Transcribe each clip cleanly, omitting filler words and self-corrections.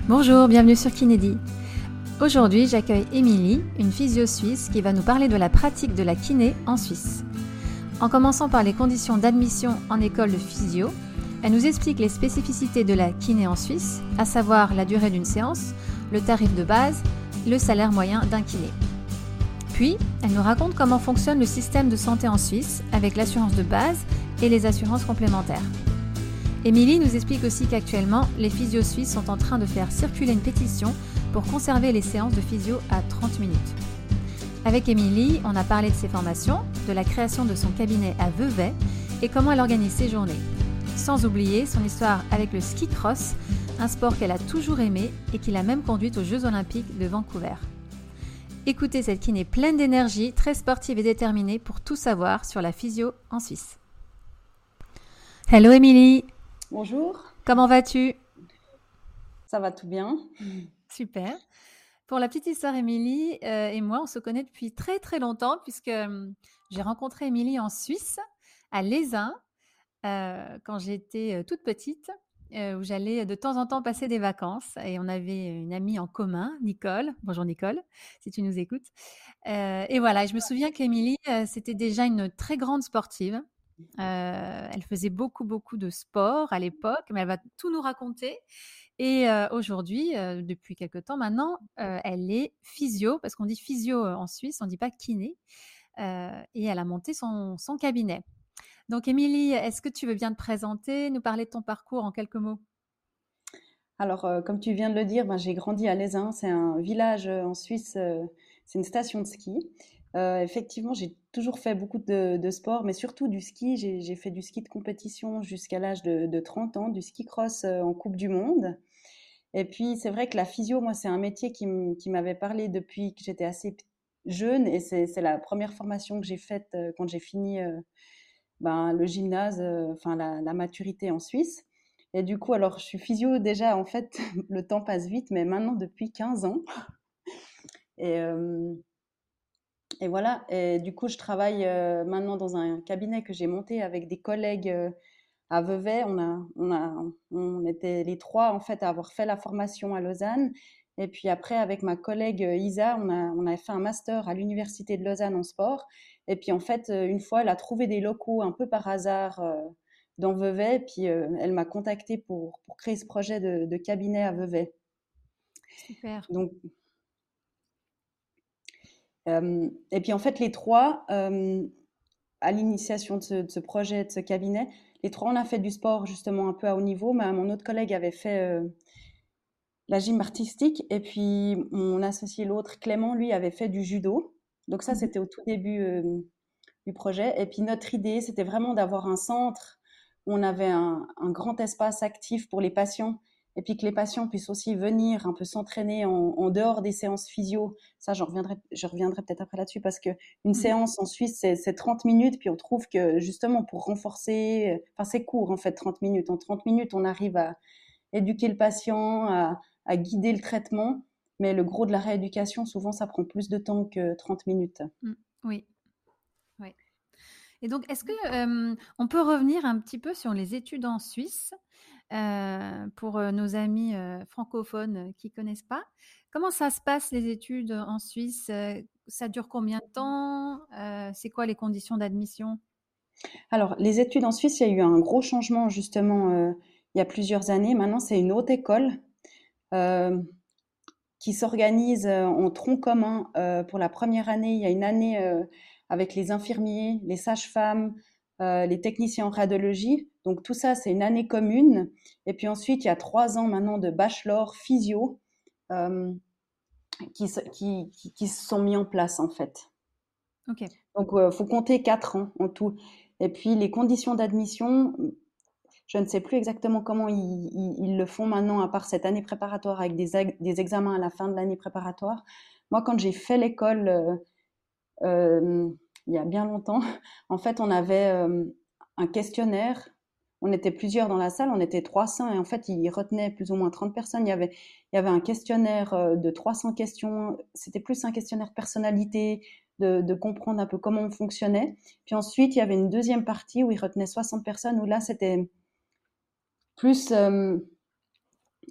Bonjour, bienvenue sur Kinédi. Aujourd'hui, j'accueille Émilie, une physio suisse qui va nous parler de la pratique de la kiné en Suisse. En commençant par les conditions d'admission en école de physio, elle nous explique les spécificités de la kiné en Suisse, à savoir la durée d'une séance, le tarif de base, le salaire moyen d'un kiné. Puis, elle nous raconte comment fonctionne le système de santé en Suisse avec l'assurance de base et les assurances complémentaires. Émilie nous explique aussi qu'actuellement, les physios suisses sont en train de faire circuler une pétition pour conserver les séances de physio à 30 minutes. Avec Émilie, on a parlé de ses formations, de la création de son cabinet à Vevey et comment elle organise ses journées. Sans oublier son histoire avec le ski cross, un sport qu'elle a toujours aimé et qui l'a même conduite aux Jeux Olympiques de Vancouver. Écoutez cette kiné pleine d'énergie, très sportive et déterminée pour tout savoir sur la physio en Suisse. Hello Émilie. Bonjour. Comment vas-tu? Ça va tout bien. Super. Pour la petite histoire, Émilie et moi, on se connaît depuis très très longtemps puisque j'ai rencontré Émilie en Suisse, à Lézin, quand j'étais toute petite, où j'allais de temps en temps passer des vacances. Et on avait une amie en commun, Nicole. Bonjour Nicole, si tu nous écoutes. Et voilà, je me souviens qu'Émilie, c'était déjà une très grande sportive. Elle faisait beaucoup de sport à l'époque, mais elle va tout nous raconter. Et aujourd'hui, depuis quelque temps maintenant, elle est physio, parce qu'on dit physio en Suisse, on ne dit pas kiné. Et elle a monté son cabinet. Donc Émilie, est-ce que tu veux bien te présenter, nous parler de ton parcours en quelques mots? Alors, comme tu viens de le dire, ben, j'ai grandi à Lézin. C'est un village en Suisse, c'est une station de ski. Effectivement, j'ai toujours fait beaucoup de sport, mais surtout du ski. J'ai fait du ski de compétition jusqu'à l'âge de 30 ans, du ski cross en Coupe du Monde. Et puis, c'est vrai que la physio, moi, c'est un métier qui m'avait parlé depuis que j'étais assez jeune. Et c'est la première formation que j'ai faite quand j'ai fini ben, le gymnase, enfin la maturité en Suisse. Et du coup, alors je suis physio déjà, en fait, le temps passe vite, mais maintenant depuis 15 ans. Et, euh, et voilà, et du coup, je travaille maintenant dans un cabinet que j'ai monté avec des collègues à Vevey. On était les trois, en fait, à avoir fait la formation à Lausanne. Et puis après, avec ma collègue Isa, on a fait un master à l'Université de Lausanne en sport. Et puis en fait, une fois, elle a trouvé des locaux un peu par hasard dans Vevey. Et puis elle m'a contactée pour créer ce projet de cabinet à Vevey. Super. Donc, et puis en fait, les trois, à l'initiation de ce projet, de ce cabinet, les trois, on a fait du sport justement un peu à haut niveau. Mais mon autre collègue avait fait la gym artistique. Et puis, mon associé, l'autre, Clément, lui, avait fait du judo. Donc ça, Mhm. c'était au tout début du projet. Et puis, notre idée, c'était vraiment d'avoir un centre où on avait un grand espace actif pour les patients. Et puis que les patients puissent aussi venir un peu s'entraîner en dehors des séances physio. Ça, je reviendrai peut-être après là-dessus parce que une Mhm. séance en Suisse, c'est 30 minutes. Puis on trouve que justement pour renforcer, enfin c'est court en fait, 30 minutes. En 30 minutes, on arrive à éduquer le patient, à guider le traitement. Mais le gros de la rééducation, souvent, ça prend plus de temps que 30 minutes. Mm. Oui, oui. Et donc, est-ce que on peut revenir un petit peu sur les études en Suisse pour nos amis francophones qui connaissent pas? Comment ça se passe les études en Suisse? Ça dure combien de temps? C'est quoi les conditions d'admission? Alors, les études en Suisse, il y a eu un gros changement justement il y a plusieurs années. Maintenant, c'est une haute école euh, qui s'organise en tronc commun. Pour la première année, il y a une année avec les infirmiers, les sages-femmes, les techniciens en radiologie. Donc tout ça, c'est une année commune. Et puis ensuite, il y a 3 ans maintenant de bachelor physio euh, qui se sont mis en place en fait. Ok. Donc, il faut compter 4 ans en tout. Et puis, les conditions d'admission, je ne sais plus exactement comment ils le font maintenant, à part cette année préparatoire avec des examens à la fin de l'année préparatoire. Moi, quand j'ai fait l'école, il y a bien longtemps, en fait, on avait un questionnaire. On était plusieurs dans la salle, on était 300 et en fait, ils retenaient plus ou moins 30 personnes. Il y avait un questionnaire de 300 questions. C'était plus un questionnaire de personnalité, de comprendre un peu comment on fonctionnait. Puis ensuite, il y avait une deuxième partie où ils retenaient 60 personnes, où là, c'était plus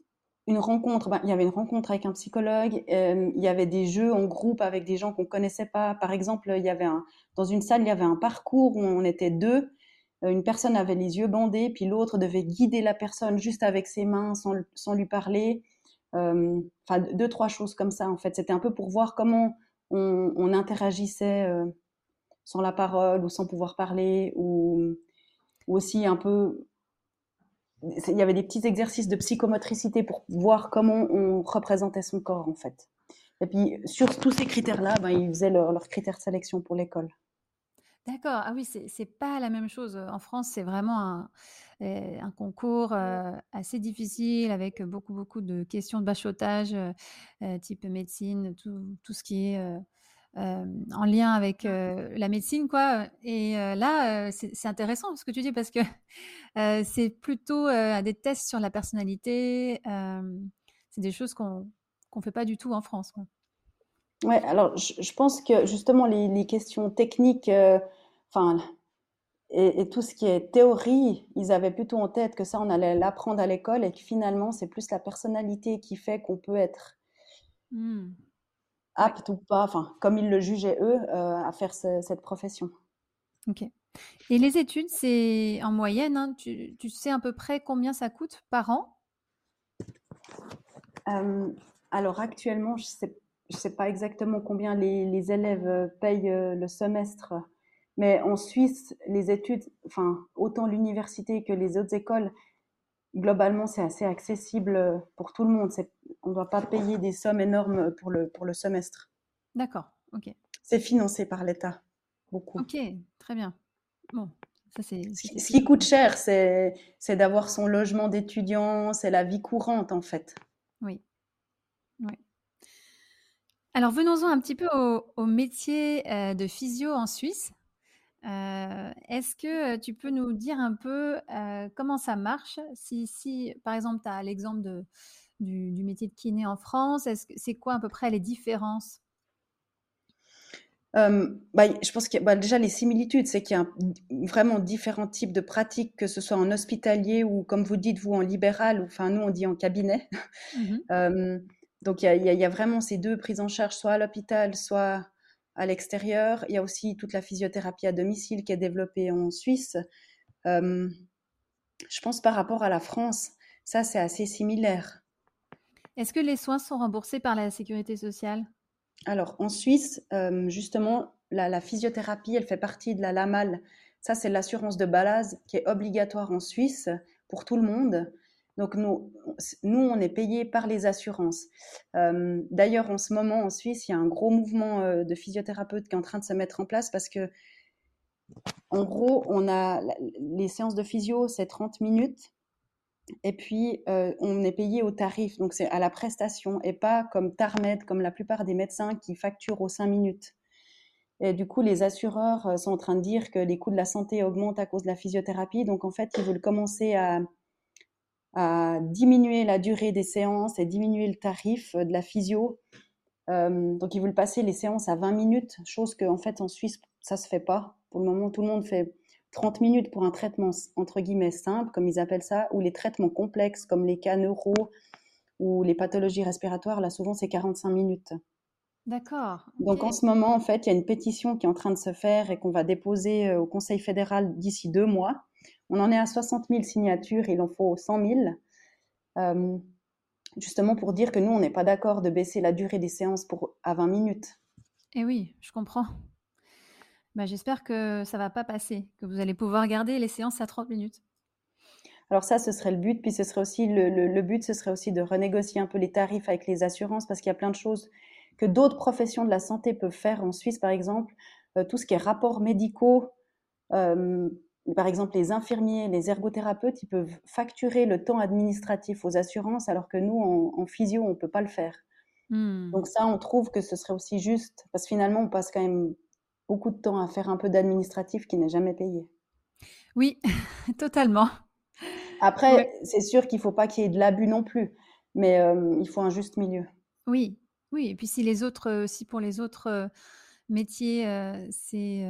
une rencontre, ben, il y avait une rencontre avec un psychologue, il y avait des jeux en groupe avec des gens qu'on connaissait pas. Par exemple, dans une salle, il y avait un parcours où on était deux. Une personne avait les yeux bandés, puis l'autre devait guider la personne juste avec ses mains, sans lui parler. Enfin, deux, trois choses comme ça, en fait. C'était un peu pour voir comment on interagissait sans la parole ou sans pouvoir parler, ou aussi un peu il y avait des petits exercices de psychomotricité pour voir comment on représentait son corps en fait. Et puis sur tous ces critères-là, ben, ils faisaient leurs critères de sélection pour l'école. D'accord, ah oui, c'est pas la même chose. En France, c'est vraiment un concours, assez difficile avec beaucoup, beaucoup de questions de bachotage, type médecine, tout ce qui est, en lien avec, la médecine quoi, et là, c'est intéressant ce que tu dis parce que, c'est plutôt, des tests sur la personnalité, c'est des choses qu'on fait pas du tout en France, quoi. Ouais, alors je pense que justement les questions techniques, enfin, et tout ce qui est théorie, ils avaient plutôt en tête que ça, on allait l'apprendre à l'école et que finalement, c'est plus la personnalité qui fait qu'on peut être Mmh. Ouais, apte ou pas, enfin, comme ils le jugeaient eux, à faire cette profession. OK. Et les études, c'est en moyenne, hein, tu sais à peu près combien ça coûte par an? Euh, alors actuellement, je sais pas exactement combien les élèves payent le semestre, mais en Suisse, les études, enfin, autant l'université que les autres écoles, globalement, c'est assez accessible pour tout le monde. On ne doit pas payer des sommes énormes pour le semestre. D'accord, OK. C'est financé par l'État, beaucoup. OK, très bien. Bon, ça c'est Ce qui plutôt coûte cool. cher, c'est d'avoir son logement d'étudiant, c'est la vie courante en fait. Oui, oui. Alors venons-en un petit peu au métier, de physio en Suisse. Est-ce que, tu peux nous dire un peu, comment ça marche? Si par exemple, tu as l'exemple du métier de kiné en France, est-ce que c'est quoi à peu près les différences? Bah, je pense qu'il y a bah, déjà les similitudes, c'est qu'il y a vraiment différents types de pratiques, que ce soit en hospitalier ou comme vous dites vous en libéral, ou enfin nous on dit en cabinet. Mmh. Euh, donc il y a vraiment ces deux prises en charge, soit à l'hôpital, soit à l'extérieur. Il y a aussi toute la physiothérapie à domicile qui est développée en Suisse. Euh, je pense par rapport à la France, ça c'est assez similaire. Est-ce que les soins sont remboursés par la sécurité sociale? Alors, en Suisse, justement, la physiothérapie, elle fait partie de la LAMAL. Ça, c'est l'assurance de base qui est obligatoire en Suisse pour tout le monde. Donc, nous on est payé par les assurances. D'ailleurs, en ce moment, en Suisse, il y a un gros mouvement de physiothérapeutes qui est en train de se mettre en place parce que, en gros, les séances de physio, c'est 30 minutes. Et puis, on est payé au tarif, donc c'est à la prestation et pas comme Tarmed, comme la plupart des médecins qui facturent aux 5 minutes. Et du coup, les assureurs sont en train de dire que les coûts de la santé augmentent à cause de la physiothérapie. Donc, en fait, ils veulent commencer à diminuer la durée des séances et diminuer le tarif de la physio. Donc, ils veulent passer les séances à 20 minutes, chose que, en fait, en Suisse, ça se fait pas. Pour le moment, tout le monde fait 30 minutes pour un traitement, entre guillemets, simple, comme ils appellent ça, ou les traitements complexes, comme les cas neuro ou les pathologies respiratoires. Là, souvent, c'est 45 minutes. D'accord, Donc en OK. ce moment, en fait, il y a une pétition qui est en train de se faire et qu'on va déposer au Conseil fédéral d'ici 2 mois. On en est à 60 000 signatures, il en faut 100 000, euh, justement pour dire que nous, on n'est pas d'accord de baisser la durée des séances à 20 minutes. Et oui, je comprends. Bah, j'espère que ça va pas passer, que vous allez pouvoir garder les séances à 30 minutes. Alors ça, ce serait le but, puis ce serait aussi le but, ce serait aussi de renégocier un peu les tarifs avec les assurances, parce qu'il y a plein de choses que d'autres professions de la santé peuvent faire en Suisse, par exemple, tout ce qui est rapports médicaux. Euh, Par exemple, les infirmiers, les ergothérapeutes, ils peuvent facturer le temps administratif aux assurances, alors que nous, en physio, on ne peut pas le faire. Mmh. Donc ça, on trouve que ce serait aussi juste, parce que finalement, on passe quand même beaucoup de temps à faire un peu d'administratif qui n'est jamais payé. Oui, totalement. Ouais. Après, c'est sûr qu'il ne faut pas qu'il y ait de l'abus non plus, mais il faut un juste milieu. Oui, oui et puis si les autres, si pour les autres, métiers, c'est,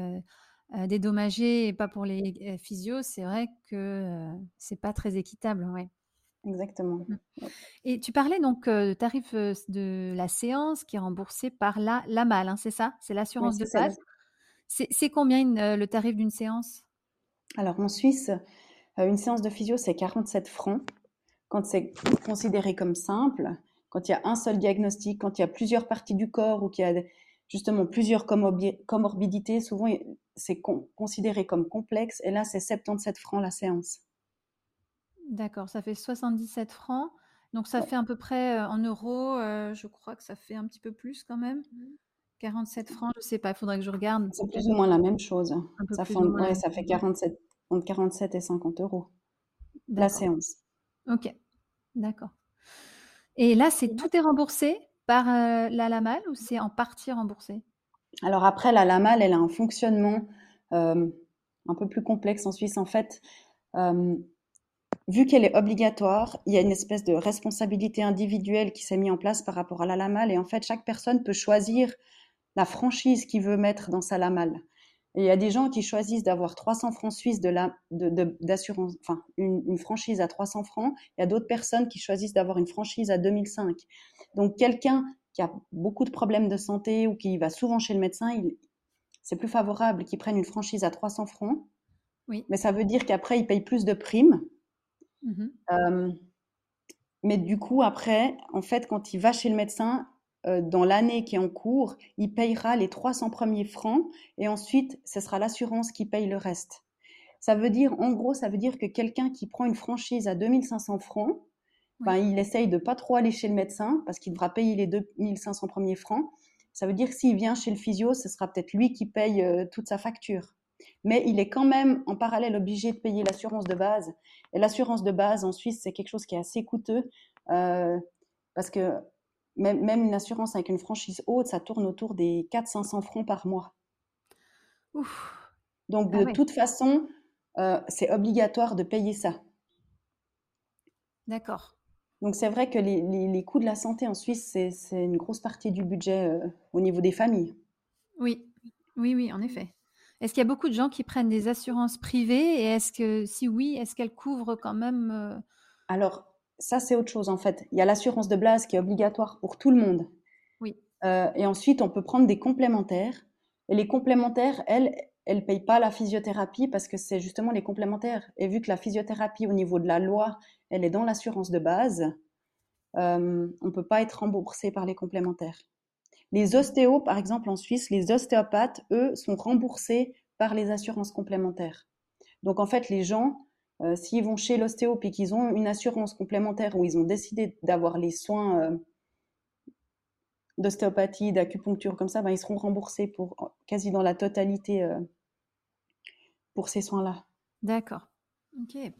dédommagé et pas pour les, physios, c'est vrai que, c'est pas très équitable, ouais. exactement. Mmh. Ouais. Et tu parlais donc, de tarif, de la séance qui est remboursée par la l'AMAL, hein, c'est ça? C'est Oui, l'assurance de c'est ça. base? C'est combien le tarif d'une séance? Alors en Suisse, une séance de physio, c'est 47 francs. Quand c'est considéré comme simple, quand il y a un seul diagnostic, quand il y a plusieurs parties du corps ou qu'il y a justement plusieurs comorbidités, souvent c'est considéré comme complexe et là c'est 77 francs la séance. D'accord, ça fait 77 francs. Donc ça Ouais. fait à peu près, en euros, je crois que ça fait un petit peu plus quand même? 47 francs, je sais pas, il faudrait que je regarde. C'est plus ou moins la même chose. Un peu Ça fait, plus ou moins la ouais, même ça fait chose, hein. 47, entre 47 et 50 euros la D'accord, séance. OK, d'accord. Et là, c'est tout est remboursé par, la LAMAL ou c'est en partie remboursé? Alors après, la LAMAL, elle a un fonctionnement un peu plus complexe en Suisse. En fait, euh, vu qu'elle est obligatoire, il y a une espèce de responsabilité individuelle qui s'est mise en place par rapport à la LAMAL. Et en fait, chaque personne peut choisir la franchise qu'il veut mettre dans sa LAMAL. Et il y a des gens qui choisissent d'avoir 300 francs suisses d'assurance, enfin, une franchise à 300 francs. Il y a d'autres personnes qui choisissent d'avoir une franchise à 2005. Donc, quelqu'un qui a beaucoup de problèmes de santé ou qui va souvent chez le médecin, c'est plus favorable qu'il prenne une franchise à 300 francs. Oui. Mais ça veut dire qu'après, il paye plus de primes. Mmh. Euh, Mais du coup, après, en fait, quand il va chez le médecin, dans l'année qui est en cours, il payera les 300 premiers francs et ensuite, ce sera l'assurance qui paye le reste. Ça veut dire, en gros, ça veut dire que quelqu'un qui prend une franchise à 2500 francs, ben, Oui. il essaye de pas trop aller chez le médecin parce qu'il devra payer les 2500 premiers francs. Ça veut dire que s'il vient chez le physio, ce sera peut-être lui qui paye toute sa facture. Mais il est quand même en parallèle obligé de payer l'assurance de base. Et l'assurance de base en Suisse, c'est quelque chose qui est assez coûteux euh, parce que même une assurance avec une franchise haute, ça tourne autour des 400-500 francs par mois. Ouf! Donc Ah de ouais, toute façon, c'est obligatoire de payer ça. d'accord. Donc c'est vrai que les coûts de la santé en Suisse, c'est une grosse partie du budget au niveau des familles. Oui. Oui, oui, en effet. Est-ce qu'il y a beaucoup de gens qui prennent des assurances privées et est-ce que si oui, est-ce qu'elles couvrent quand même, Alors ça, c'est autre chose en fait. Il y a l'assurance de base qui est obligatoire pour tout le monde. oui, Et ensuite, on peut prendre des complémentaires. Et les complémentaires, elles payent pas la physiothérapie parce que c'est justement les complémentaires. Et vu que la physiothérapie, au niveau de la loi, elle est dans l'assurance de base, on peut pas être remboursé par les complémentaires. Les ostéos, par exemple, en Suisse, les ostéopathes, eux, sont remboursés par les assurances complémentaires. Donc, en fait, les gens, s'ils vont chez l'ostéo puis qu'ils ont une assurance complémentaire où ils ont décidé d'avoir les soins d'ostéopathie, d'acupuncture comme ça, ben, ils seront remboursés pour quasi dans la totalité pour ces soins-là. d'accord. OK.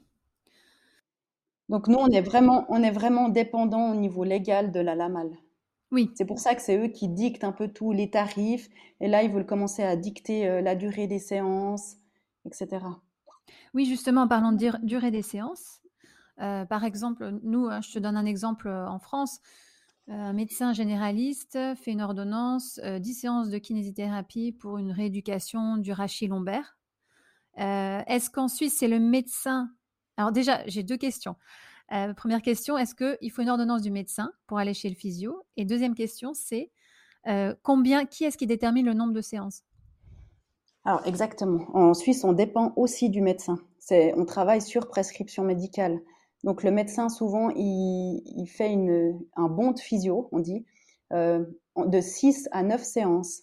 Donc nous, on est vraiment dépendant au niveau légal de la LAMAL. Oui. C'est pour ça que c'est eux qui dictent un peu tous les tarifs. Et là, ils veulent commencer à dicter la durée des séances, etc. Oui, justement, en parlant de durée des séances, par exemple, nous, je te donne un exemple, en France, un médecin généraliste fait une ordonnance, 10 séances de kinésithérapie pour une rééducation du rachis lombaire. Est-ce qu'en Suisse, c'est le médecin alors déjà, j'ai 2 questions. 1re question, est-ce qu'il faut une ordonnance du médecin pour aller chez le physio? Et deuxième question, c'est, qui est-ce qui détermine le nombre de séances? Alors exactement. En Suisse, on dépend aussi du médecin. On travaille sur prescription médicale. Donc le médecin, souvent, il fait un bon de physio, on dit, de 6 à 9 séances.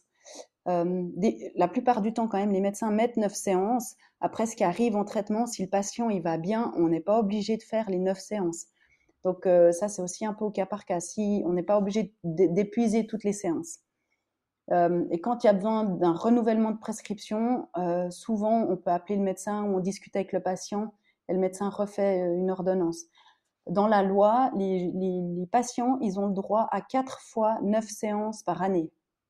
La plupart du temps, quand même, les médecins mettent 9 séances. Après, ce qui arrive en traitement, si le patient il va bien, on n'est pas obligé de faire les 9 séances. Donc ça, c'est aussi un peu au cas par cas. Si on n'est pas obligé d'épuiser toutes les séances. Et quand il y a besoin d'un renouvellement de prescription, souvent on peut appeler le médecin ou on discute avec le patient et le médecin refait une ordonnance. Dans la loi, les patients, ils ont le droit à 4 fois 9 séances par année.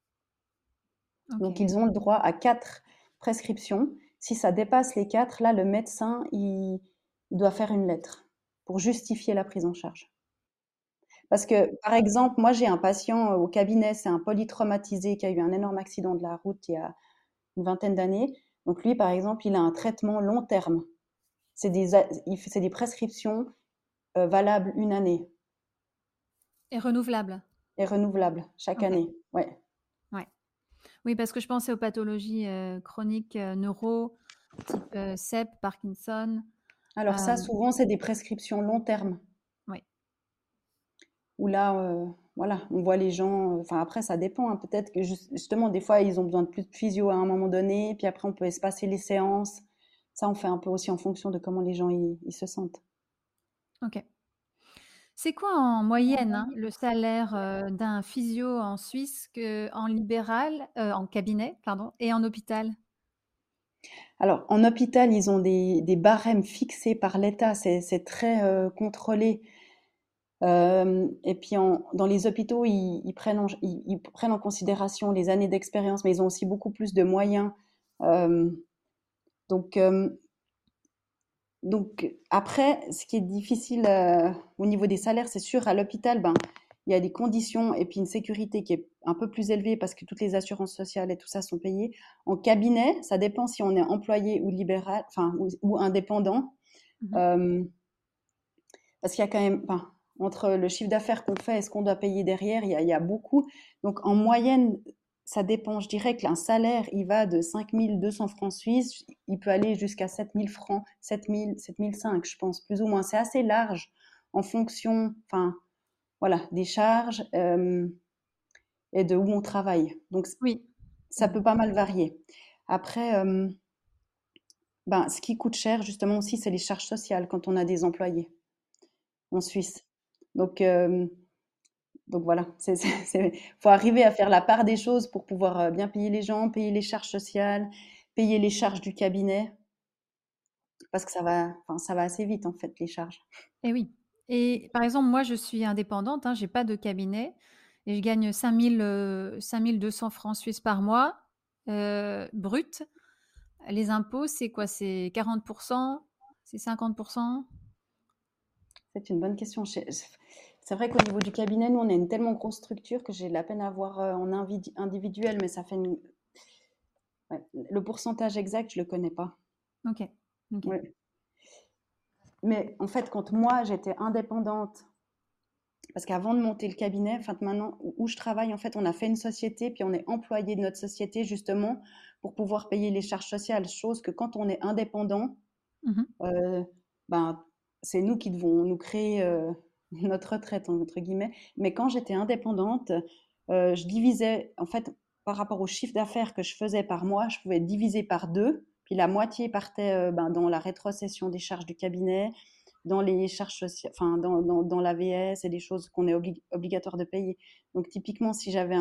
Donc, OK, ils ont le droit à 4 prescriptions. Si ça dépasse les 4, là, le médecin, il doit faire une lettre pour justifier la prise en charge. Parce que, par exemple, moi, j'ai un patient au cabinet, c'est un polytraumatisé qui a eu un énorme accident de la route il y a une vingtaine d'années. Donc, lui, par exemple, il a un traitement long terme. C'est des prescriptions valable une année Et renouvelable. et renouvelable chaque Ok. année. Ouais. Ouais. Oui, parce que je pensais aux pathologies chroniques neuro, type CEP, Parkinson. Alors ça, Euh, souvent, c'est des prescriptions long terme. oui. Où là, voilà, on voit les gens. Enfin, après, ça dépend, hein. Peut-être que justement, des fois, ils ont besoin de plus de physio à un moment donné. Puis après, on peut espacer les séances. Ça, on fait un peu aussi en fonction de comment les gens ils se sentent. Ok. C'est quoi en moyenne le salaire d'un physio en Suisse en libéral, en cabinet, pardon, et en hôpital? Alors, en hôpital, ils ont des barèmes fixés par l'État. C'est très contrôlé. Et puis dans les hôpitaux, ils prennent en considération les années d'expérience, mais ils ont aussi beaucoup plus de moyens. Euh, donc, euh, donc après, ce qui est difficile au niveau des salaires, c'est sûr, à l'hôpital, ben, il y a des conditions et puis une sécurité qui est un peu plus élevée parce que toutes les assurances sociales et tout ça sont payées. En cabinet, ça dépend si on est employé ou libéral, enfin, ou indépendant. Mhm. Euh, Parce qu'il y a quand même, enfin, entre le chiffre d'affaires qu'on fait et ce qu'on doit payer derrière, il y a beaucoup. Donc en moyenne, ça dépend. Je dirais qu'un salaire, il va de 5 200 francs suisses, il peut aller jusqu'à 7 000 francs, 7 000, 7 500, je pense, plus ou moins. C'est assez large en fonction, enfin, voilà, des charges et de où on travaille. Donc Oui. ça Mhm. peut pas mal varier. Après, ben, ce qui coûte cher, justement aussi, c'est les charges sociales quand on a des employés en Suisse. Donc, euh, Donc voilà, faut arriver à faire la part des choses pour pouvoir bien payer les gens, payer les charges sociales, payer les charges du cabinet, parce que enfin, ça va assez vite en fait, les charges. Et oui. Et par exemple, moi, je suis indépendante, hein, j'ai pas de cabinet et je gagne 5 200 francs suisses par mois, brut. Les impôts, c'est quoi? C'est 40%? C'est 50%? C'est une bonne question. C'est vrai qu'au niveau du cabinet, nous, on est une tellement grosse structure que j'ai de la peine à voir en individuel, mais ça fait ouais. Le pourcentage exact, je le connais pas. Ok. Ok. Ouais. Mais en fait, quand moi, j'étais indépendante, parce qu'avant de monter le cabinet, enfin maintenant où je travaille, en fait, on a fait une société, puis on est employé de notre société justement pour pouvoir payer les charges sociales. Chose que quand on est indépendant, Mhm. euh, ben c'est nous qui devons nous créer notre retraite entre guillemets. Mais quand j'étais indépendante, je divisais en fait par rapport au chiffre d'affaires que je faisais par mois, je pouvais diviser par deux, puis la moitié partait ben, dans la rétrocession des charges du cabinet, dans les charges sociales, enfin dans l'AVS et des choses qu'on est obligatoire de payer. Donc typiquement, si j'avais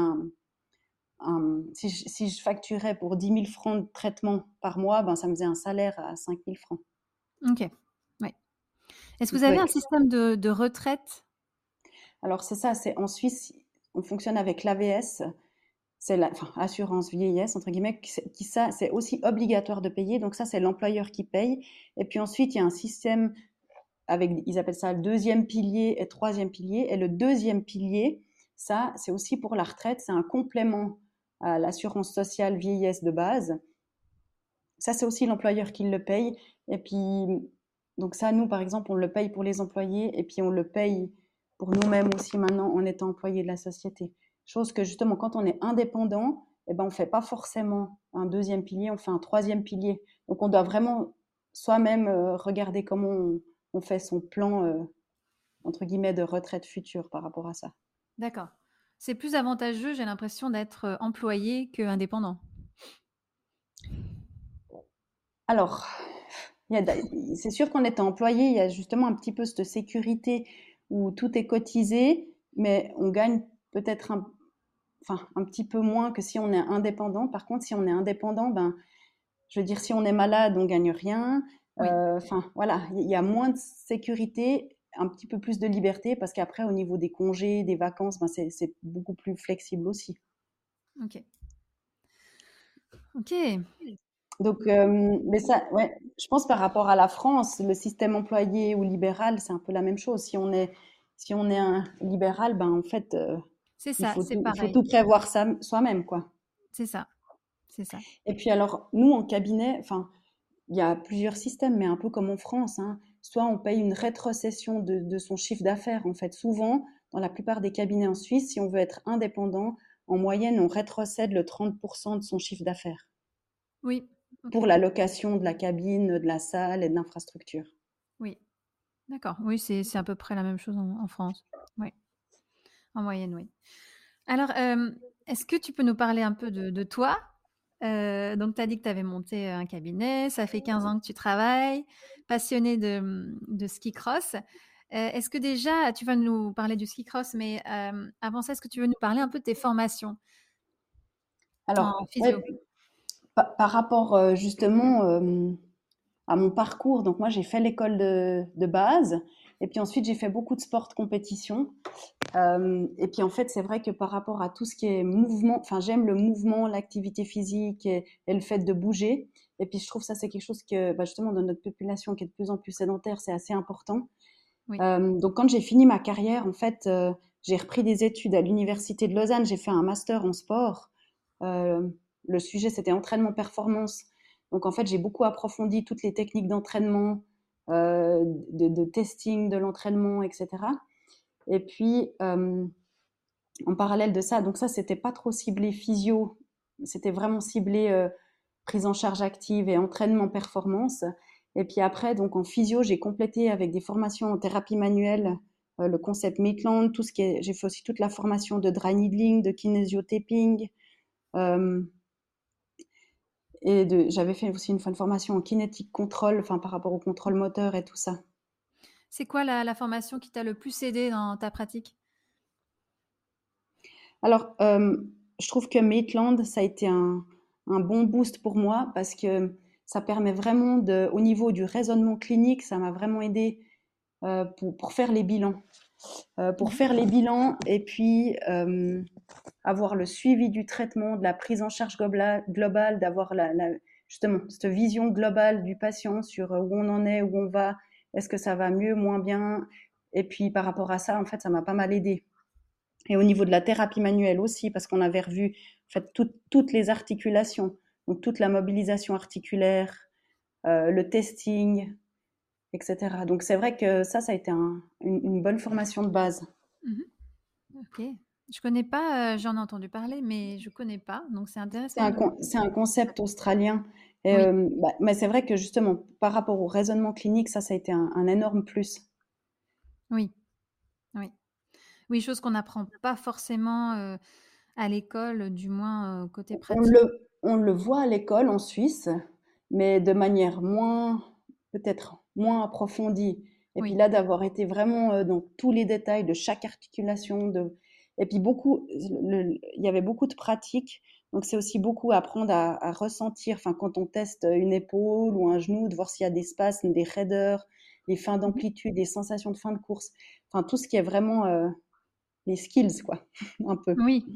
si je facturais pour 10 000 francs de traitement par mois, ben ça me faisait un salaire à 5 000 francs. Ok. Ouais. Est-ce que vous avez Ouais. un système de retraite? Alors c'est ça, c'est en Suisse, on fonctionne avec l'AVS, c'est la enfin, assurance vieillesse entre guillemets, qui ça, c'est aussi obligatoire de payer. Donc ça, c'est l'employeur qui paye. Et puis ensuite, il y a un système avec, ils appellent ça le deuxième pilier et troisième pilier. Et le deuxième pilier, ça, c'est aussi pour la retraite, c'est un complément à l'assurance sociale vieillesse de base. Ça, c'est aussi l'employeur qui le paye. Et puis, donc ça, nous, par exemple, on le paye pour les employés et puis on le paye pour nous-mêmes aussi maintenant en étant employés de la société. Chose que justement, quand on est indépendant, eh ben, on ne fait pas forcément un deuxième pilier, on fait un troisième pilier. Donc on doit vraiment soi-même regarder comment on fait son plan, entre guillemets, de retraite future par rapport à ça. D'accord. C'est plus avantageux, j'ai l'impression, d'être employé qu'indépendant. Alors, c'est sûr qu'en étant employé, il y a justement un petit peu cette sécurité où tout est cotisé, mais on gagne peut-être enfin, un petit peu moins que si on est indépendant. Par contre, si on est indépendant, ben, je veux dire, si on est malade, on gagne rien. Oui, Enfin, voilà, il y a moins de sécurité, un petit peu plus de liberté, parce qu'après, au niveau des congés, des vacances, ben, c'est beaucoup plus flexible aussi. ok. Ok. Donc, mais ça, ouais, je pense par rapport à la France, le système employé ou libéral, c'est un peu la même chose. Si on est un libéral, ben en fait, C'est ça, c'est il faut pareil. tout prévoir soi-même, quoi. C'est ça, c'est ça. Et puis alors, nous en cabinet, enfin, il y a plusieurs systèmes, mais un peu comme en France, hein. soit on paye une rétrocession de son chiffre d'affaires. En fait, souvent, dans la plupart des cabinets en Suisse, si on veut être indépendant, en moyenne, on rétrocède le 30% de son chiffre d'affaires Oui, pour ok. la location de la cabine, de la salle et de l'infrastructure. Oui, d'accord. Oui, c'est à peu près la même chose en France. Oui, en moyenne, oui. Alors, est-ce que tu peux nous parler un peu de toi? Donc tu as dit que tu avais monté, un cabinet, ça fait 15 ans que tu travailles, passionné de ski cross. Est-ce que déjà tu vas nous parler du ski cross, mais avant ça, est-ce que tu veux nous parler un peu de tes formations Alors, en physio? ouais, par rapport justement à mon parcours, donc moi j'ai fait l'école de base, et puis ensuite j'ai fait beaucoup de sport de compétition. Et puis en fait, c'est vrai que par rapport à tout ce qui est mouvement, enfin j'aime le mouvement, l'activité physique et le fait de bouger. Et puis je trouve ça c'est quelque chose que bah, justement dans notre population qui est de plus en plus sédentaire, c'est assez important. Oui. Donc quand j'ai fini ma carrière, en fait, j'ai repris des études à l'université de Lausanne. J'ai fait un master en sport. Euh, le sujet c'était entraînement performance. Donc en fait, j'ai beaucoup approfondi toutes les techniques d'entraînement, de testing de l'entraînement, etc. Et puis, en parallèle de ça, donc ça, c'était pas trop ciblé physio, c'était vraiment ciblé prise en charge active et entraînement performance. Et puis après, donc en physio, j'ai complété avec des formations en thérapie manuelle, le concept Maitland, tout ce qui est, j'ai fait aussi toute la formation de dry needling, de kinésio-taping, euh, j'avais fait aussi une formation en kinétique contrôle, enfin par rapport au contrôle moteur et tout ça. C'est quoi la formation qui t'a le plus aidé dans ta pratique? Alors, je trouve que Maitland, ça a été un bon boost pour moi parce que ça permet vraiment de, au niveau du raisonnement clinique, ça m'a vraiment aidé pour faire les bilans. Pour Mmh. faire les bilans et puis avoir le suivi du traitement, de la prise en charge globale, d'avoir justement cette vision globale du patient sur où on en est, où on va, est-ce que ça va mieux, moins bien. Et puis par rapport à ça, en fait, ça m'a pas mal aidé. Et au niveau de la thérapie manuelle aussi, parce qu'on avait revu en fait, toutes les articulations, donc toute la mobilisation articulaire, le testing, etc. Donc c'est vrai que ça a été une bonne formation de base. Mmh. OK. Je connais pas, j'en ai entendu parler, mais je connais pas, donc c'est intéressant de C'est un concept australien. Et, oui, bah, mais c'est vrai que justement, par rapport au raisonnement clinique, ça a été un énorme plus. oui, oui. Oui, chose qu'on n'apprend pas forcément, à l'école, du moins, côté pratique. On le voit à l'école en Suisse, mais de manière moins, peut-être moins approfondie. Et puis Oui. là, d'avoir été vraiment dans tous les détails de chaque articulation, et puis beaucoup, il y avait beaucoup de pratiques. Donc c'est aussi beaucoup apprendre à ressentir, enfin quand on teste une épaule ou un genou, de voir s'il y a des spasmes, des raideurs, les fins Mmh. d'amplitude, les sensations de fin de course. Enfin tout ce qui est vraiment les skills, quoi, un peu. Oui.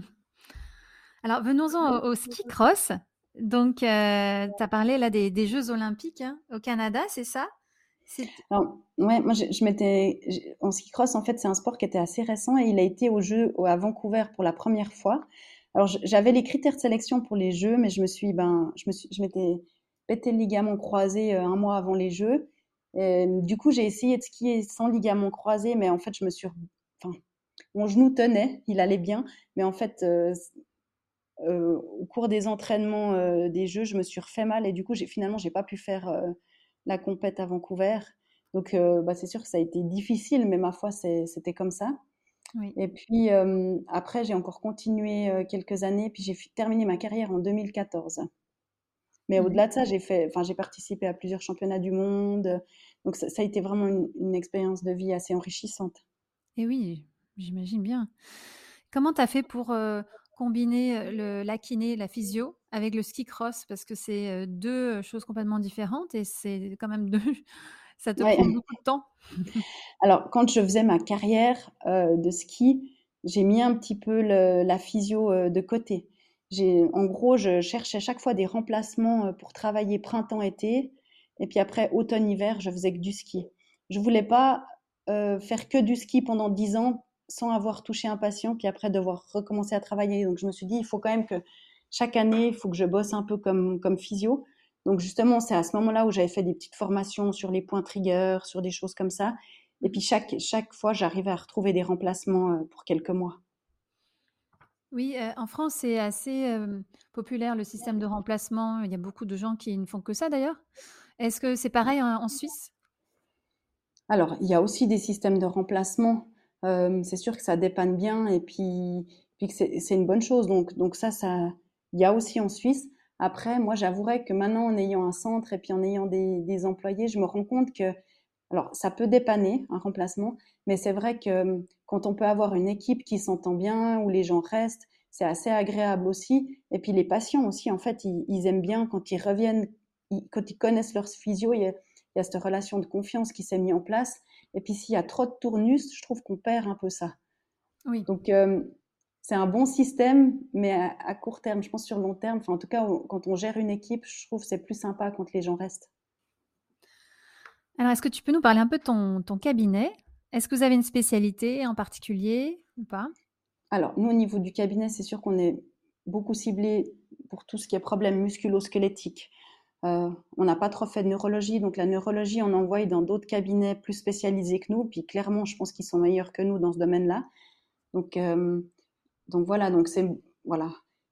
Alors venons-en au ski cross. Donc, tu as parlé là des Jeux olympiques, hein, au Canada, c'est ça? C'est Alors, ouais, moi, en ski cross, en fait, c'est un sport qui était assez récent et il a été aux Jeux à Vancouver pour la première fois. Alors, j'avais les critères de sélection pour les Jeux, mais je m'étais pété le ligament croisé un mois avant les Jeux. Et, du coup, j'ai essayé de skier sans ligament croisé, mais en fait, enfin, mon genou tenait, il allait bien, mais en fait, au cours des entraînements des Jeux, je me suis refait mal et du coup, finalement, j'ai pas pu faire la compète à Vancouver. Donc, bah, c'est sûr que ça a été difficile, mais ma foi, c'était comme ça. oui. Et puis après, j'ai encore continué quelques années, puis terminé ma carrière en 2014. Mais Mmh. au-delà de ça, enfin, j'ai participé à plusieurs championnats du monde. Donc, ça a été vraiment une expérience de vie assez enrichissante. Et oui, j'imagine bien. Comment tu as fait pour, combiner, la kiné, la physio avec le ski cross? Parce que c'est, 2 choses complètement différentes et c'est quand même 2 ça te Ouais. prend beaucoup de temps. Alors, quand je faisais ma carrière de ski, j'ai mis un petit peu la physio de côté. En gros, je cherchais chaque fois des remplacements pour travailler printemps-été. Et puis après, automne-hiver, je faisais que du ski. Je voulais pas faire que du ski pendant 10 ans sans avoir touché un patient, puis après devoir recommencer à travailler. Donc, je me suis dit, il faut quand même que chaque année, il faut que je bosse un peu comme physio. Donc justement, c'est à ce moment-là où j'avais fait des petites formations sur les points triggers, sur des choses comme ça. Et puis chaque fois, j'arrivais à retrouver des remplacements pour quelques mois. Oui, en France, c'est assez, populaire le système de remplacement. Il y a beaucoup de gens qui ne font que ça d'ailleurs. Est-ce que c'est pareil en Suisse? Alors, il y a aussi des systèmes de remplacement. C'est sûr que ça dépanne bien et puis que c'est une bonne chose. Donc ça, il y a aussi en Suisse. Après, moi, j'avouerais que maintenant, en ayant un centre et puis en ayant des employés, je me rends compte que, alors, ça peut dépanner un remplacement, mais c'est vrai que quand on peut avoir une équipe qui s'entend bien, où les gens restent, c'est assez agréable aussi. Et puis les patients aussi, en fait, ils aiment bien quand ils reviennent, quand ils connaissent leur physio, il y a cette relation de confiance qui s'est mise en place. Et puis s'il y a trop de tournus, je trouve qu'on perd un peu ça. Oui. Donc c'est un bon système, mais à court terme, je pense sur le long terme, enfin en tout cas quand on gère une équipe, je trouve que c'est plus sympa quand les gens restent. Alors est-ce que tu peux nous parler un peu de ton cabinet? Est-ce que vous avez une spécialité en particulier ou pas? Alors nous au niveau du cabinet, c'est sûr qu'on est beaucoup ciblé pour tout ce qui est problème musculo-squelettique. On n'a pas trop fait de neurologie, donc la neurologie, on envoie dans d'autres cabinets plus spécialisés que nous, puis clairement, je pense qu'ils sont meilleurs que nous dans ce domaine-là. Donc, euh, donc voilà, donc c'est voilà,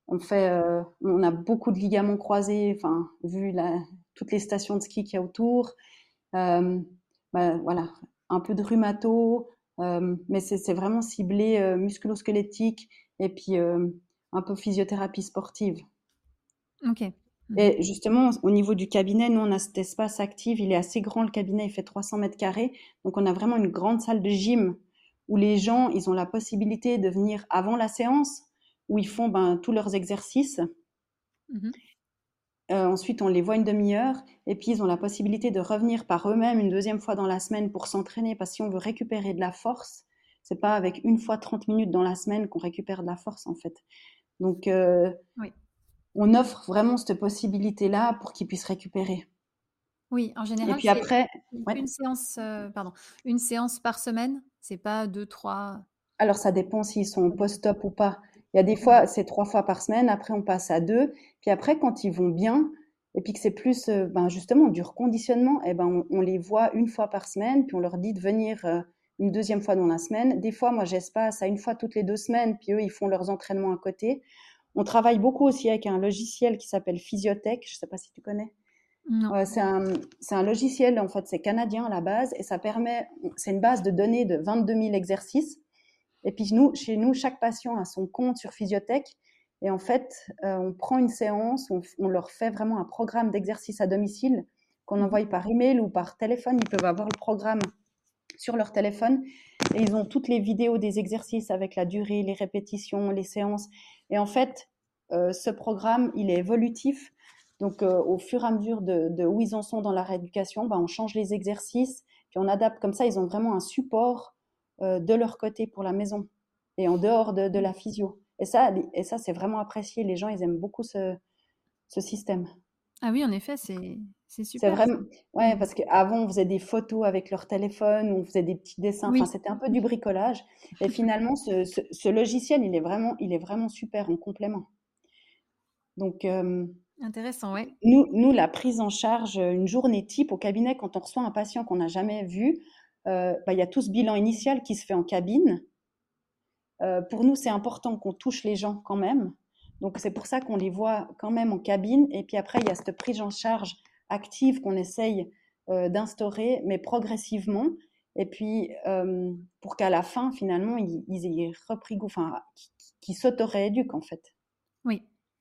on a beaucoup de ligaments croisés, enfin vu toutes les stations de ski qu'il y a autour, euh, voilà, un peu de rhumato, mais c'est vraiment ciblé musculo-squelettique et puis un peu physiothérapie sportive. OK. Mmh. Et justement, au niveau du cabinet, nous on a cet espace actif, il est assez grand le cabinet, il fait 300 mètres carrés, donc on a vraiment une grande salle de gym où les gens, ils ont la possibilité de venir avant la séance, où ils font tous leurs exercices. Mmh. Ensuite, on les voit une demi-heure, et puis ils ont la possibilité de revenir par eux-mêmes une deuxième fois dans la semaine pour s'entraîner, parce que si on veut récupérer de la force, c'est pas avec une fois 30 minutes dans la semaine qu'on récupère de la force en fait. Donc, Oui. on offre vraiment cette possibilité-là pour qu'ils puissent récupérer. Oui, en Et général, puis c'est après, ouais. une séance, pardon, une séance par semaine? C'est pas 2-3. Alors ça dépend s'ils sont Ça dépend. post-op ou pas. Il y a des Mmh. fois, c'est 3 fois par semaine, après on passe à 2. Puis après, quand ils vont bien, et puis que c'est plus justement du reconditionnement, eh ben, on les voit une fois par semaine, puis on leur dit de venir une deuxième fois dans la semaine. Des fois, moi, j'espace à une fois toutes les 2 semaines, puis eux, ils font leurs entraînements à côté. On travaille beaucoup aussi avec un logiciel qui s'appelle Physiotech, je ne sais pas si tu connais. Non. C'est un logiciel, en fait, c'est canadien à la base, et ça permet, c'est une base de données de 22 000 exercices. Et puis chez nous, chaque patient a son compte sur Physiotech. Et en fait, on prend une séance, on leur fait vraiment un programme d'exercice à domicile qu'on Mmh. envoie par email ou par téléphone. Ils peuvent avoir le programme sur leur téléphone et ils ont toutes les vidéos des exercices avec la durée, les répétitions, les séances. Et en fait, ce programme, il est évolutif. Donc, au fur et à mesure de où ils en sont dans la rééducation, on change les exercices, puis on adapte. Comme ça, ils ont vraiment un support de leur côté pour la maison et en dehors de la physio. Et ça, c'est vraiment apprécié. Les gens, ils aiment beaucoup ce système. Ah oui, en effet, c'est C'est super ça. vraiment, ouais, Mmh. parce qu'avant, on faisait des photos avec leur téléphone, ou on faisait des petits dessins. Enfin, Oui, c'était un peu du bricolage. Et finalement, ce logiciel, il est vraiment super en complément. Donc, intéressant, ouais. nous, la prise en charge, une journée type au cabinet, quand on reçoit un patient qu'on n'a jamais vu, il y a tout ce bilan initial qui se fait en cabine. Pour nous, c'est important qu'on touche les gens quand même. Donc, c'est pour ça qu'on les voit quand même en cabine. Et puis après, il y a cette prise en charge active qu'on essaye d'instaurer, mais progressivement. Et puis, pour qu'à la fin, finalement, ils aient repris goût, enfin, qu'ils s'auto-rééduquent, en fait. Oui.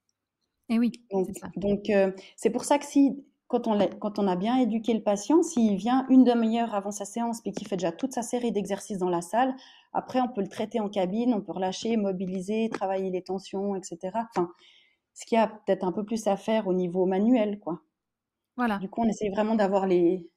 Et oui, Donc, c'est ça. donc, c'est pour ça que quand on a bien éduqué le patient, s'il vient une demi-heure avant sa séance puis qu'il fait déjà toute sa série d'exercices dans la salle, après on peut le traiter en cabine, on peut relâcher, mobiliser, travailler les tensions, etc. Enfin, ce qu'il y a peut-être un peu plus à faire au niveau manuel, quoi. Voilà. Du coup, on essaie vraiment d'avoir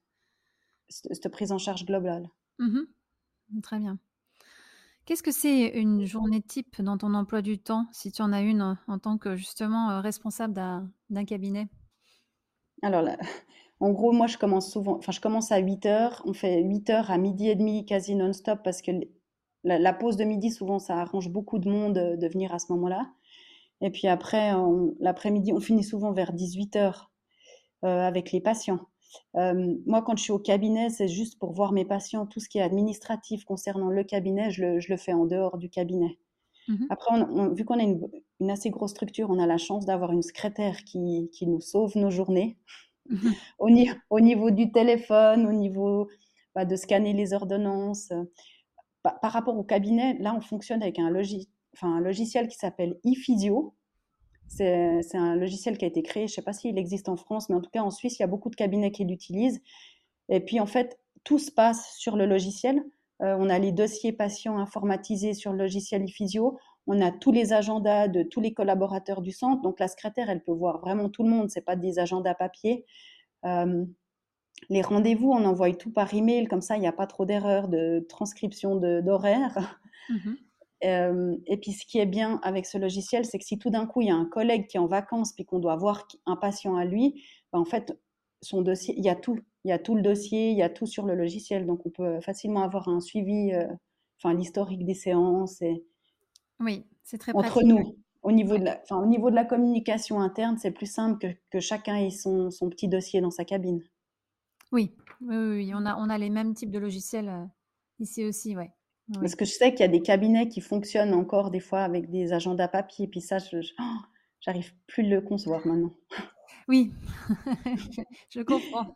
cette prise en charge globale. Mmh. Très bien. Qu'est-ce que c'est une journée type dans ton emploi du temps, si tu en as une, en tant que justement, responsable d'un cabinet? Alors là, en gros, moi, je commence à 8 heures. On fait 8 heures à midi et demi quasi non-stop parce que la pause de midi, souvent, ça arrange beaucoup de monde de venir à ce moment-là. Et puis après, l'après-midi, on finit souvent vers 18 heures. avec les patients. Moi, quand je suis au cabinet, c'est juste pour voir mes patients. Tout ce qui est administratif concernant le cabinet, je le fais en dehors du cabinet. Mhm. Après, vu qu'on a une assez grosse structure, on a la chance d'avoir une secrétaire qui nous sauve nos journées. Mhm. Au niveau du téléphone, au niveau de scanner les ordonnances. Par rapport au cabinet, là, on fonctionne avec un logiciel qui s'appelle ePhysio. C'est un logiciel qui a été créé, je ne sais pas s'il existe en France, mais en tout cas en Suisse, il y a beaucoup de cabinets qui l'utilisent. Et puis en fait, tout se passe sur le logiciel. On a les dossiers patients informatisés sur le logiciel ePhysio. On a tous les agendas de tous les collaborateurs du centre. Donc la secrétaire, elle peut voir vraiment tout le monde. C'est pas des agendas papier. Euh, les rendez-vous, on envoie tout par email. Comme ça, il n'y a pas trop d'erreurs de transcription d'horaire. Mhm. Et puis, ce qui est bien avec ce logiciel, c'est que si tout d'un coup, il y a un collègue qui est en vacances puis qu'on doit voir un patient à lui, en fait, son dossier, il y a tout. Il y a tout le dossier, il y a tout sur le logiciel. Donc, on peut facilement avoir un suivi, l'historique des séances et Oui, c'est très entre pratique. nous. Ouais. Au niveau de la communication interne, c'est plus simple que chacun ait son petit dossier dans sa cabine. Oui, oui, oui, oui, on a les mêmes types de logiciels ici aussi, ouais. Parce Oui. que je sais qu'il y a des cabinets qui fonctionnent encore des fois avec des agendas papier. Et puis ça, j'arrive plus de le concevoir maintenant. Oui, je comprends.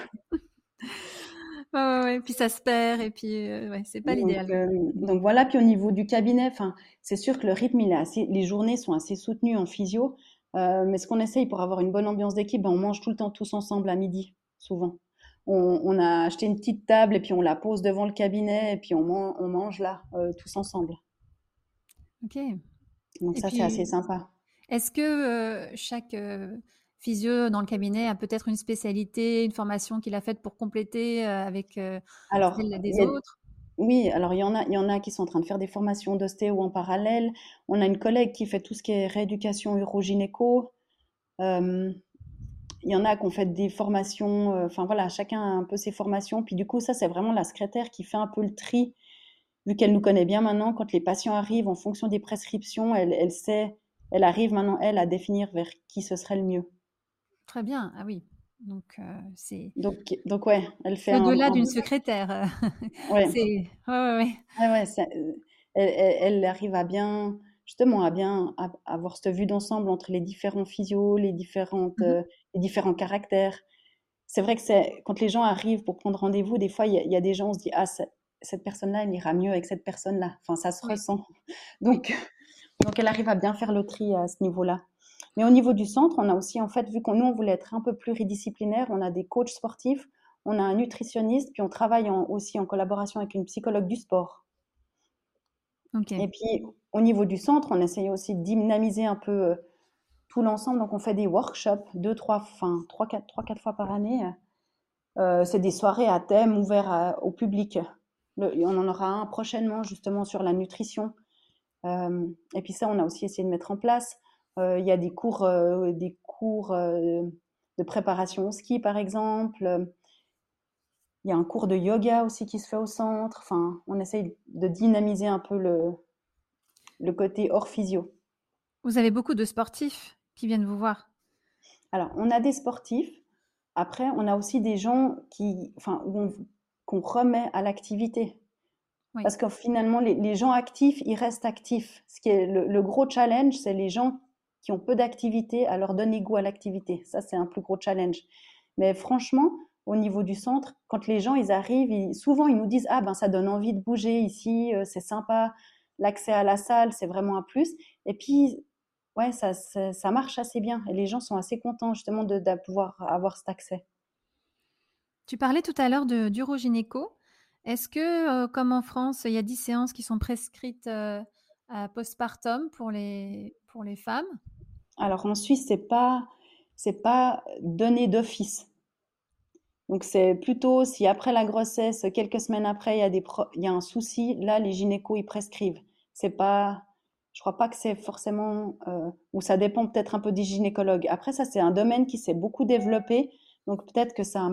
Ouais, ouais, ouais. Puis ça se perd et puis ouais, c'est pas Donc, l'idéal. euh, donc voilà, puis au niveau du cabinet, c'est sûr que le rythme, les journées sont assez soutenues en physio, mais ce qu'on essaye pour avoir une bonne ambiance d'équipe, on mange tout le temps tous ensemble à midi, souvent. On a acheté une petite table et puis on la pose devant le cabinet et puis on mange là, tous ensemble. Ok. Donc Et ça, c'est assez puis, sympa. est-ce que chaque physio dans le cabinet a peut-être une spécialité, une formation qu'il a faite pour compléter avec Alors, celle des autres? oui, alors il y en a qui sont en train de faire des formations d'ostéo en parallèle. On a une collègue qui fait tout ce qui est rééducation urogynéco. Euh, Il y en a qui ont fait des formations, enfin voilà, chacun a un peu ses formations. Puis du coup, ça, c'est vraiment la secrétaire qui fait un peu le tri, vu qu'elle nous connaît bien maintenant. Quand les patients arrivent en fonction des prescriptions, elle sait, elle arrive maintenant, elle, à définir vers qui ce serait le mieux. Très bien. Ah oui. Donc Donc ouais, elle fait c'est au-delà d'une secrétaire. ouais, C'est ouais, ouais, ouais. ouais, ouais, elle arrive à bien, justement, avoir cette vue d'ensemble entre les différents physios, Mhm. les différents caractères. C'est vrai que quand les gens arrivent pour prendre rendez-vous, des fois, il y a des gens, on se dit, ah, cette personne-là, elle ira mieux avec cette personne-là. Enfin, ça se Oui, ressent. oui. Donc, donc, elle arrive à bien faire le tri à ce niveau-là. Mais au niveau du centre, on a aussi, en fait, vu qu'on nous, on voulait être un peu pluridisciplinaire, on a des coachs sportifs, on a un nutritionniste, puis on travaille aussi en collaboration avec une psychologue du sport. Ok. Et puis, au niveau du centre, on essaye aussi de dynamiser un peu tout l'ensemble. Donc, on fait des workshops, trois, quatre fois par année. C'est des soirées à thème ouverts au public. On en aura un prochainement justement sur la nutrition. Et puis ça, on a aussi essayé de mettre en place. Il y a des cours de préparation au ski, par exemple. Il y a un cours de yoga aussi qui se fait au centre. Enfin, on essaye de dynamiser un peu le côté hors physio. Vous avez beaucoup de sportifs qui viennent vous voir? Alors, on a des sportifs. Après, on a aussi des gens qu'on remet à l'activité. Oui. Parce que finalement, les gens actifs, ils restent actifs. Ce qui est le gros challenge, c'est les gens qui ont peu d'activité, à leur donner goût à l'activité. Ça, c'est un plus gros challenge. Mais franchement, au niveau du centre, quand les gens ils arrivent, souvent ils nous disent ah ben ça donne envie de bouger ici, c'est sympa, l'accès à la salle, c'est vraiment un plus. Et puis ouais, ça marche assez bien et les gens sont assez contents justement de pouvoir avoir cet accès. Tu parlais tout à l'heure d'urogynéco. Est-ce que, comme en France, il y a 10 séances qui sont prescrites, à postpartum pour les femmes? Alors en Suisse, c'est pas donné d'office. Donc c'est plutôt si après la grossesse, quelques semaines après, il y a un souci, là les gynécos ils prescrivent. C'est pas, je crois pas que c'est forcément, ou ça dépend peut-être un peu des gynécologues. Après ça c'est un domaine qui s'est beaucoup développé, donc peut-être que ça a un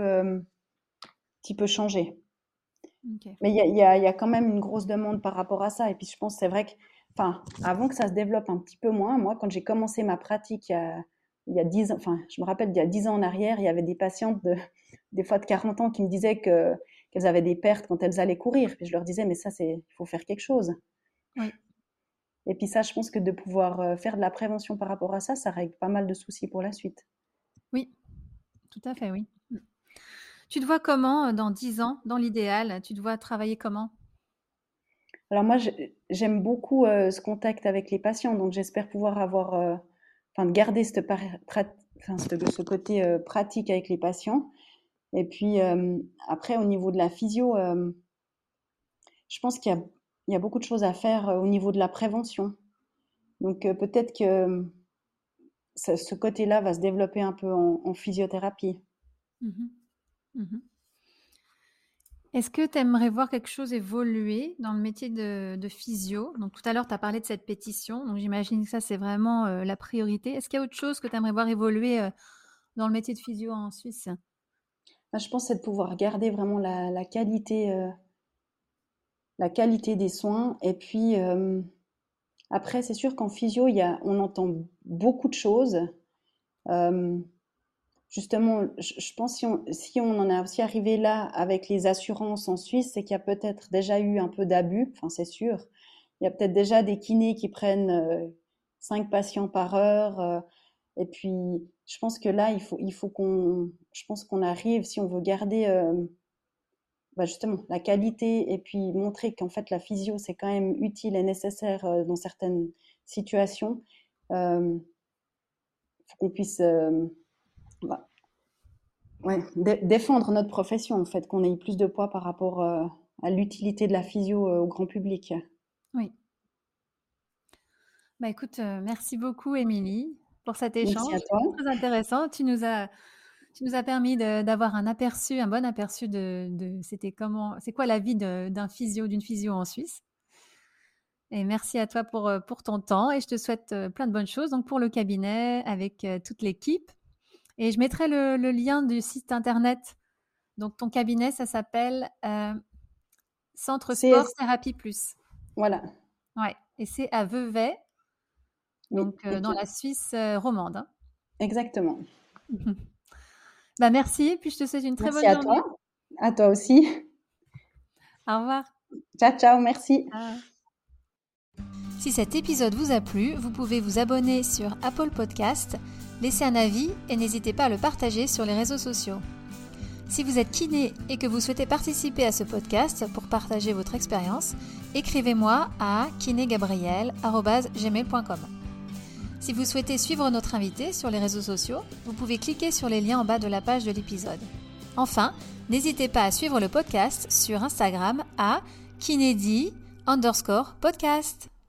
petit peu changé. OK. Mais il y a quand même une grosse demande par rapport à ça. Et puis je pense c'est vrai que, enfin, avant que ça se développe un petit peu moins, moi quand j'ai commencé ma pratique il y a 10 ans, enfin, je me rappelle, il y a 10 ans en arrière, il y avait des patientes des fois de 40 ans qui me disaient qu'elles avaient des pertes quand elles allaient courir. Puis je leur disais, mais ça, il faut faire quelque chose. Oui. Et puis ça, je pense que de pouvoir faire de la prévention par rapport à ça, ça règle pas mal de soucis pour la suite. Oui, tout à fait, oui. Tu te vois comment dans 10 ans, dans l'idéal? Tu te vois travailler comment? Alors moi, j'aime beaucoup ce contact avec les patients, donc j'espère pouvoir garder ce côté pratique avec les patients. Et puis après, au niveau de la physio, je pense qu'il y a beaucoup de choses à faire au niveau de la prévention. Donc peut-être que ce côté-là va se développer un peu en physiothérapie. Mhm. Mhm. Est-ce que tu aimerais voir quelque chose évoluer dans le métier de physio? Donc tout à l'heure, tu as parlé de cette pétition, donc j'imagine que ça, c'est vraiment la priorité. Est-ce qu'il y a autre chose que tu aimerais voir évoluer dans le métier de physio en Suisse? Je pense que c'est de pouvoir garder vraiment la qualité des soins. Et puis après, c'est sûr qu'en physio, on entend beaucoup de choses. Euh, Justement, je pense si on en est aussi arrivé là avec les assurances en Suisse, c'est qu'il y a peut-être déjà eu un peu d'abus, enfin c'est sûr. Il y a peut-être déjà des kinés qui prennent 5 patients par heure. Et puis, je pense que là, je pense qu'on arrive, si on veut garder justement la qualité et puis montrer qu'en fait la physio, c'est quand même utile et nécessaire dans certaines situations, il faut qu'on puisse bah, ouais, défendre notre profession, en fait, qu'on ait plus de poids par rapport à l'utilité de la physio au grand public. Oui. Bah écoute, merci beaucoup Émilie pour cet Merci échange à toi. très intéressant. Tu nous as permis d'avoir un bon aperçu c'est quoi la vie d'une physio en Suisse. Et merci à toi pour ton temps et je te souhaite plein de bonnes choses donc pour le cabinet avec toute l'équipe. Et je mettrai le lien du site internet. Donc ton cabinet, ça s'appelle Centre Sport CS, Thérapie Plus. voilà. Ouais. Et c'est à Vevey, Oui, donc c'est dans bien. la Suisse romande. Hein. Exactement. Bah merci, puis je te souhaite une très Merci bonne à journée. toi. À toi aussi. Au revoir. Ciao, ciao, merci. Ciao. Si cet épisode vous a plu, vous pouvez vous abonner sur Apple Podcast, laisser un avis et n'hésitez pas à le partager sur les réseaux sociaux. Si vous êtes kiné et que vous souhaitez participer à ce podcast pour partager votre expérience, écrivez-moi à kinégabriel@gmail.com. Si vous souhaitez suivre notre invité sur les réseaux sociaux, vous pouvez cliquer sur les liens en bas de la page de l'épisode. Enfin, n'hésitez pas à suivre le podcast sur Instagram à kinédi_podcast.